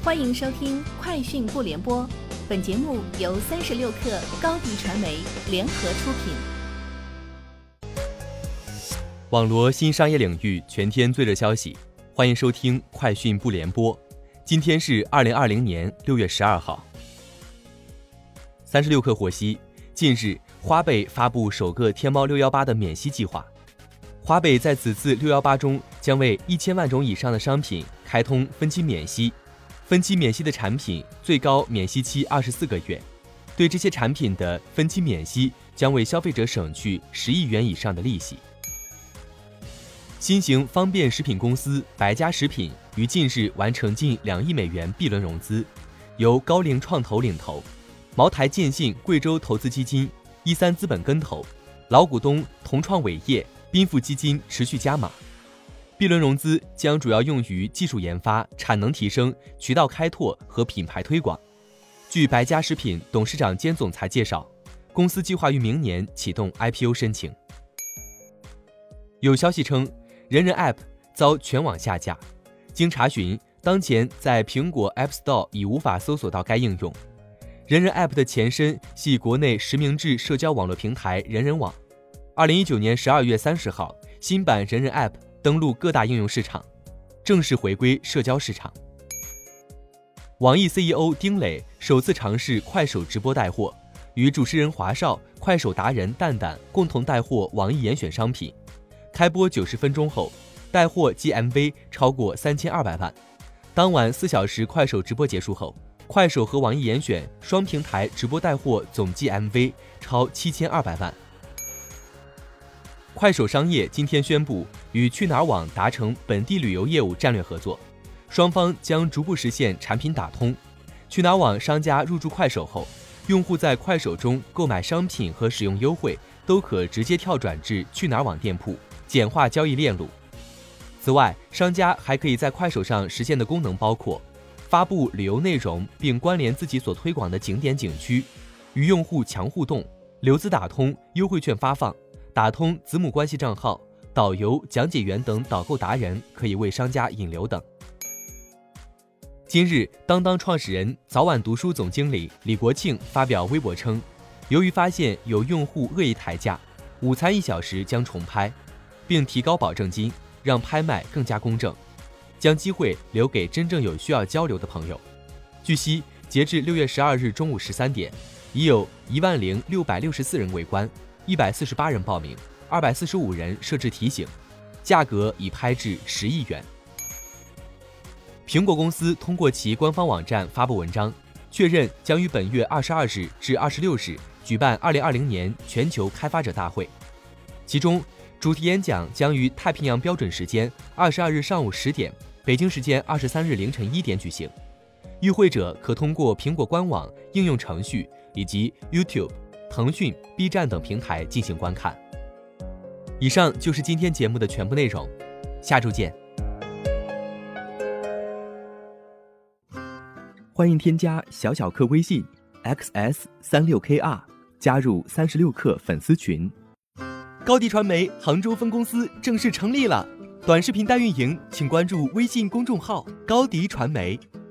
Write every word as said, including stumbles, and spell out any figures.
欢迎收听快讯不联播，本节目由三十六克高低传媒联合出品。 网罗新商业领域全天最热消息，欢迎收听快讯不联播。今天是二零二零年六月十二号。三十六克获悉，近日花呗发布首个天猫六一八的免息计划。花呗在此次六一八中将为一千万种以上的商品开通分期免息，分期免息的产品最高免息期二十四个月。对这些产品的分期免息将为消费者省去十亿元以上的利息。新型方便食品公司百家食品于近日完成近两亿美元 B 轮融资，由高瓴创投领投，茅台建信贵州投资基金、一三资本跟投，老股东同创伟业、缤富基金持续加码。B 轮融资将主要用于技术研发、产能提升、渠道开拓和品牌推广。据百家食品董事长兼总裁介绍，公司计划于明年启动 I P O 申请。有消息称，人人 App 遭全网下架，经查询，当前在苹果 App Store 已无法搜索到该应用。人人 App 的前身系国内实名制社交网络平台人人网。二零一九年十二月三十号，新版人人 App 登陆各大应用市场，正式回归社交市场。网易 C E O 丁磊首次尝试快手直播带货，与主持人华少、快手达人蛋蛋共同带货网易严选商品。开播九十分钟后，带货即 M V 超过三千二百万。当晚四小时快手直播结束后，快手和网易严选双平台直播带货总计 M V 超七千二百万。快手商业今天宣布与去哪儿网达成本地旅游业务战略合作，双方将逐步实现产品打通。去哪儿网商家入驻快手后，用户在快手中购买商品和使用优惠都可直接跳转至去哪儿网店铺，简化交易链路。此外，商家还可以在快手上实现的功能包括发布旅游内容并关联自己所推广的景点景区，与用户强互动，流资打通，优惠券发放，打通子母关系账号，导游、讲解员等导购达人可以为商家引流等。今日，当当创始人、早晚读书总经理李国庆发表微博称，由于发现有用户恶意抬价，午餐一小时将重拍，并提高保证金，让拍卖更加公正，将机会留给真正有需要交流的朋友。据悉，截至六月十二日中午十三点，已有一万零六百六十四人围观，一百四十八人报名，二百四十五人设置提醒，价格已拍至十亿元。苹果公司通过其官方网站发布文章，确认将于本月二十二日至二十六日举办二零二零年全球开发者大会，其中主题演讲将于太平洋标准时间二十二日上午十点，北京时间二十三日凌晨一点举行。与会者可通过苹果官网、应用程序以及 YouTube、腾讯、B 站等平台进行观看。以上就是今天节目的全部内容，下周见。 欢迎添加小小客微信 X S 三六 K R 加入三十六课粉丝群。 高迪传媒杭州分公司正式成立了，短视频代运营请关注微信公众号高迪传媒。